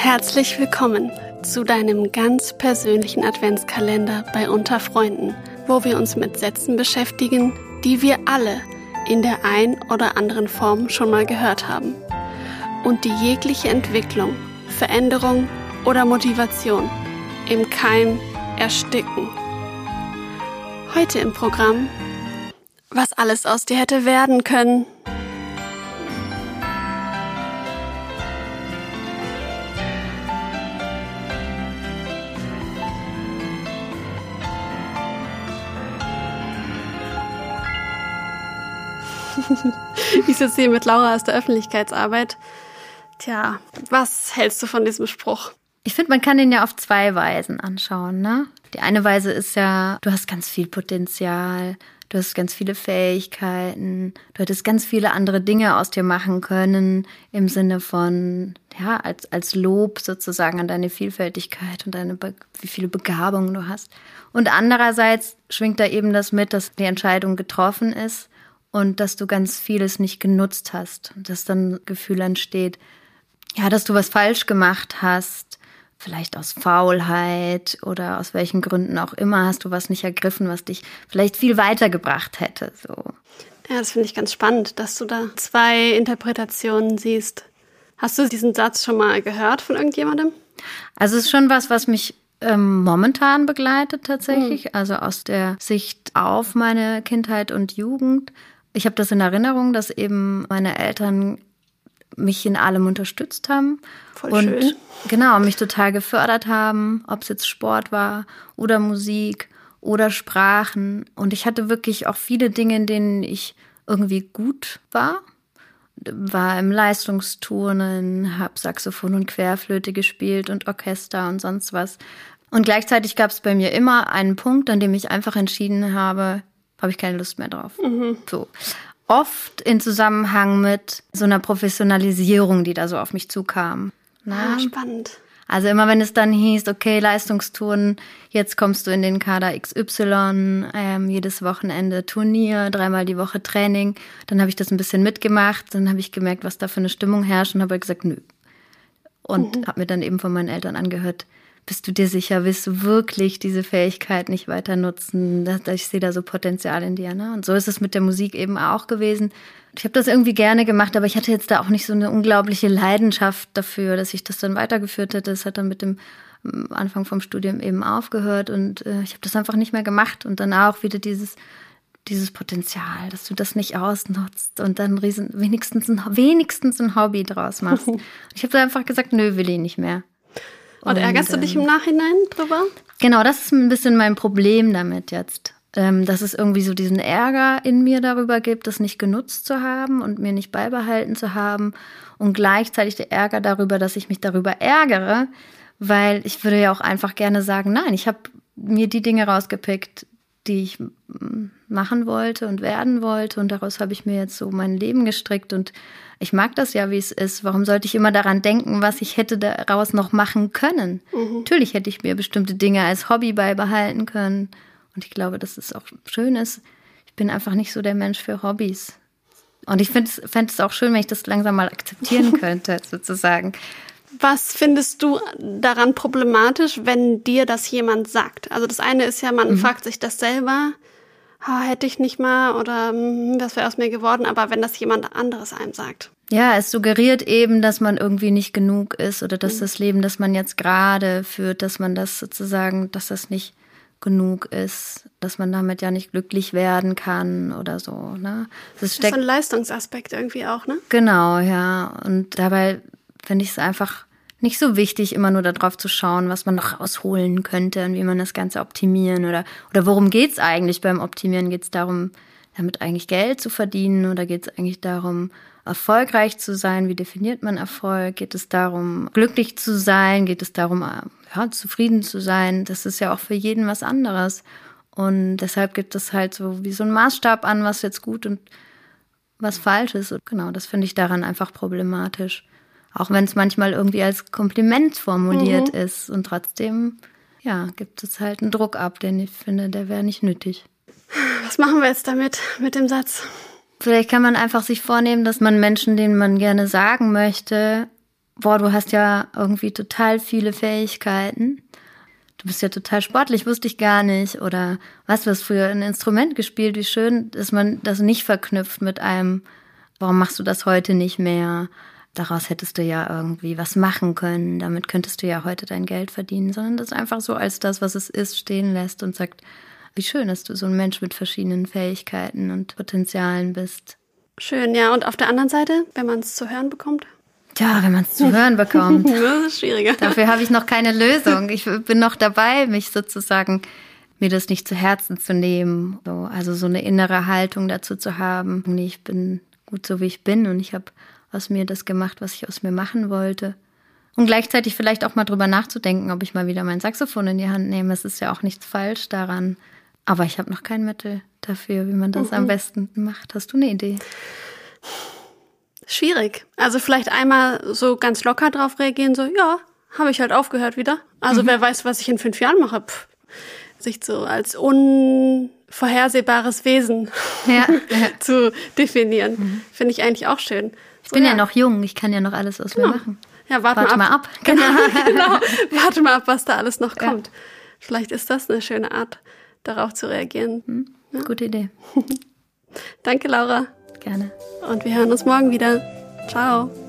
Herzlich willkommen zu deinem ganz persönlichen Adventskalender bei Unter Freunden, wo wir uns mit Sätzen beschäftigen, die wir alle in der ein oder anderen Form schon mal gehört haben und die jegliche Entwicklung, Veränderung oder Motivation im Keim ersticken. Heute im Programm: Was alles aus dir hätte werden können. Ich sitze hier mit Laura aus der Öffentlichkeitsarbeit. Tja, was hältst du von diesem Spruch? Ich finde, man kann den ja auf zwei Weisen anschauen, ne? Die eine Weise ist ja, du hast ganz viel Potenzial, du hast ganz viele Fähigkeiten, du hättest ganz viele andere Dinge aus dir machen können, im Sinne von, ja, als Lob sozusagen an deine Vielfältigkeit und wie viele Begabungen du hast. Und andererseits schwingt da eben das mit, dass die Entscheidung getroffen ist und dass du ganz vieles nicht genutzt hast. Und dass dann ein Gefühl entsteht, ja, dass du was falsch gemacht hast, vielleicht aus Faulheit oder aus welchen Gründen auch immer hast du was nicht ergriffen, was dich vielleicht viel weitergebracht hätte. So. Ja, das finde ich ganz spannend, dass du da zwei Interpretationen siehst. Hast du diesen Satz schon mal gehört von irgendjemandem? Also es ist schon was mich momentan begleitet tatsächlich. Also aus der Sicht auf meine Kindheit und Jugend. Ich habe das in Erinnerung, dass eben meine Eltern mich in allem unterstützt haben. Voll schön. Und genau, mich total gefördert haben, ob es jetzt Sport war oder Musik oder Sprachen. Und ich hatte wirklich auch viele Dinge, in denen ich irgendwie gut war. War im Leistungsturnen, habe Saxophon und Querflöte gespielt und Orchester und sonst was. Und gleichzeitig gab es bei mir immer einen Punkt, an dem ich einfach entschieden habe ich keine Lust mehr drauf. So. Oft in Zusammenhang mit so einer Professionalisierung, die da so auf mich zukam. Ah, spannend. Also immer wenn es dann hieß, okay, Leistungsturnen, jetzt kommst du in den Kader XY, jedes Wochenende Turnier, 3-mal die Woche Training, dann habe ich das ein bisschen mitgemacht, dann habe ich gemerkt, was da für eine Stimmung herrscht und habe gesagt, nö. Und habe mir dann eben von meinen Eltern angehört, bist du dir sicher, willst du wirklich diese Fähigkeit nicht weiter nutzen? Ich sehe da so Potenzial in dir, ne? Und so ist es mit der Musik eben auch gewesen. Ich habe das irgendwie gerne gemacht, aber ich hatte jetzt da auch nicht so eine unglaubliche Leidenschaft dafür, dass ich das dann weitergeführt hätte. Es hat dann mit dem Anfang vom Studium eben aufgehört und ich habe das einfach nicht mehr gemacht. Und dann auch wieder dieses Potenzial, dass du das nicht ausnutzt und dann wenigstens ein Hobby draus machst. Ich habe einfach gesagt, nö, will ich nicht mehr. Und ärgerst du dich im Nachhinein drüber? Genau, das ist ein bisschen mein Problem damit jetzt. Dass es irgendwie so diesen Ärger in mir darüber gibt, das nicht genutzt zu haben und mir nicht beibehalten zu haben. Und gleichzeitig der Ärger darüber, dass ich mich darüber ärgere, weil ich würde ja auch einfach gerne sagen, nein, ich habe mir die Dinge rausgepickt, die ich machen wollte und werden wollte. Und daraus habe ich mir jetzt so mein Leben gestrickt und ich mag das ja, wie es ist. Warum sollte ich immer daran denken, was ich hätte daraus noch machen können? Natürlich hätte ich mir bestimmte Dinge als Hobby beibehalten können. Und ich glaube, dass es auch schön ist. Ich bin einfach nicht so der Mensch für Hobbys. Und ich fände es auch schön, wenn ich das langsam mal akzeptieren könnte, sozusagen. Was findest du daran problematisch, wenn dir das jemand sagt? Also das eine ist ja, man fragt sich das selber, hätte ich nicht mal oder was wäre aus mir geworden, aber wenn das jemand anderes einem sagt. Ja, es suggeriert eben, dass man irgendwie nicht genug ist oder dass das Leben, das man jetzt gerade führt, dass man das sozusagen, dass das nicht genug ist, dass man damit ja nicht glücklich werden kann oder so, ne? Das ist so ein Leistungsaspekt irgendwie auch, ne? Genau, ja. Und dabei finde ich es einfach nicht so wichtig, immer nur darauf zu schauen, was man noch rausholen könnte und wie man das Ganze optimieren oder worum geht's eigentlich beim Optimieren? Geht's darum, damit eigentlich Geld zu verdienen oder geht's eigentlich darum, erfolgreich zu sein? Wie definiert man Erfolg? Geht es darum, glücklich zu sein? Geht es darum, zufrieden zu sein? Das ist ja auch für jeden was anderes. Und deshalb gibt es halt so wie so einen Maßstab an, was jetzt gut und was falsch ist. Und genau, das finde ich daran einfach problematisch. Auch wenn es manchmal irgendwie als Kompliment formuliert ist. Und trotzdem, ja, gibt es halt einen Druck ab, den ich finde, der wäre nicht nötig. Was machen wir jetzt damit, mit dem Satz? Vielleicht kann man einfach sich vornehmen, dass man Menschen, denen man gerne sagen möchte, boah, du hast ja irgendwie total viele Fähigkeiten. Du bist ja total sportlich, wusste ich gar nicht. Oder weißt du, hast früher ein Instrument gespielt, wie schön, dass man das nicht verknüpft mit einem, warum machst du das heute nicht mehr? Daraus hättest du ja irgendwie was machen können. Damit könntest du ja heute dein Geld verdienen. Sondern das einfach so als das, was es ist, stehen lässt und sagt, wie schön, dass du so ein Mensch mit verschiedenen Fähigkeiten und Potenzialen bist. Schön, ja. Und auf der anderen Seite, wenn man es zu hören bekommt? Tja, wenn man es zu hören bekommt. Das ist schwieriger. Dafür habe ich noch keine Lösung. Ich bin noch dabei, mich sozusagen, mir das nicht zu Herzen zu nehmen. Also so eine innere Haltung dazu zu haben. Ich bin gut so, wie ich bin und ich habe aus mir das gemacht, was ich aus mir machen wollte. Und gleichzeitig vielleicht auch mal drüber nachzudenken, ob ich mal wieder mein Saxophon in die Hand nehme. Es ist ja auch nichts falsch daran. Aber ich habe noch kein Mittel dafür, wie man das am besten macht. Hast du eine Idee? Schwierig. Also vielleicht einmal so ganz locker drauf reagieren, so, ja, habe ich halt aufgehört wieder. Also wer weiß, was ich in 5 Jahren mache. Sich so als unvorhersehbares Wesen zu definieren. Finde ich eigentlich auch schön. Ich bin ja noch jung, ich kann ja noch alles aus mir machen. Ja, warte mal ab. Genau. Warte mal ab, was da alles noch kommt. Vielleicht ist das eine schöne Art, darauf zu reagieren. Ja. Gute Idee. Danke, Laura. Gerne. Und wir hören uns morgen wieder. Ciao.